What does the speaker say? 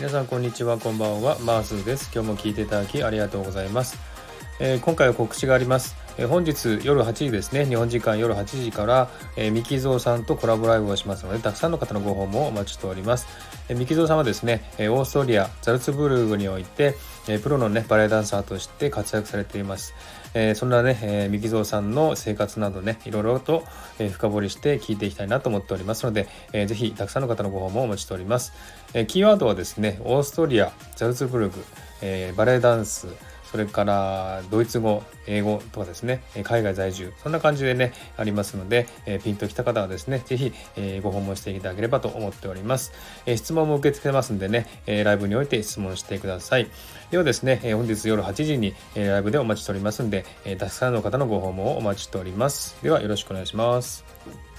皆さんこんにちは、こんばんは、マースです。今日も聞いていただきありがとうございます。今回は告知があります。本日夜8時ですね、日本時間夜8時から、ミキゾーさんとコラボライブをしますので、たくさんの方のご訪問をお待ちしております。ミキゾーさんはですね、オーストリアザルツブルグにおいて、プロのねバレエダンサーとして活躍されています。そんなね、ミキゾーさんの生活などね、いろいろと、深掘りして聞いていきたいなと思っておりますので、ぜひたくさんの方のご訪問をお待ちしております。キーワードはですね、オーストリアザルツブルグ、バレエダンス、それからドイツ語、英語とかですね、海外在住、そんな感じでね、ありますので、ピンときた方はですね、ぜひ、ご訪問していただければと思っております。質問も受け付けますんでね、ライブにおいて質問してください。ではですね、本日夜8時に、ライブでお待ちしておりますんで、たくさんの方のご訪問をお待ちしております。ではよろしくお願いします。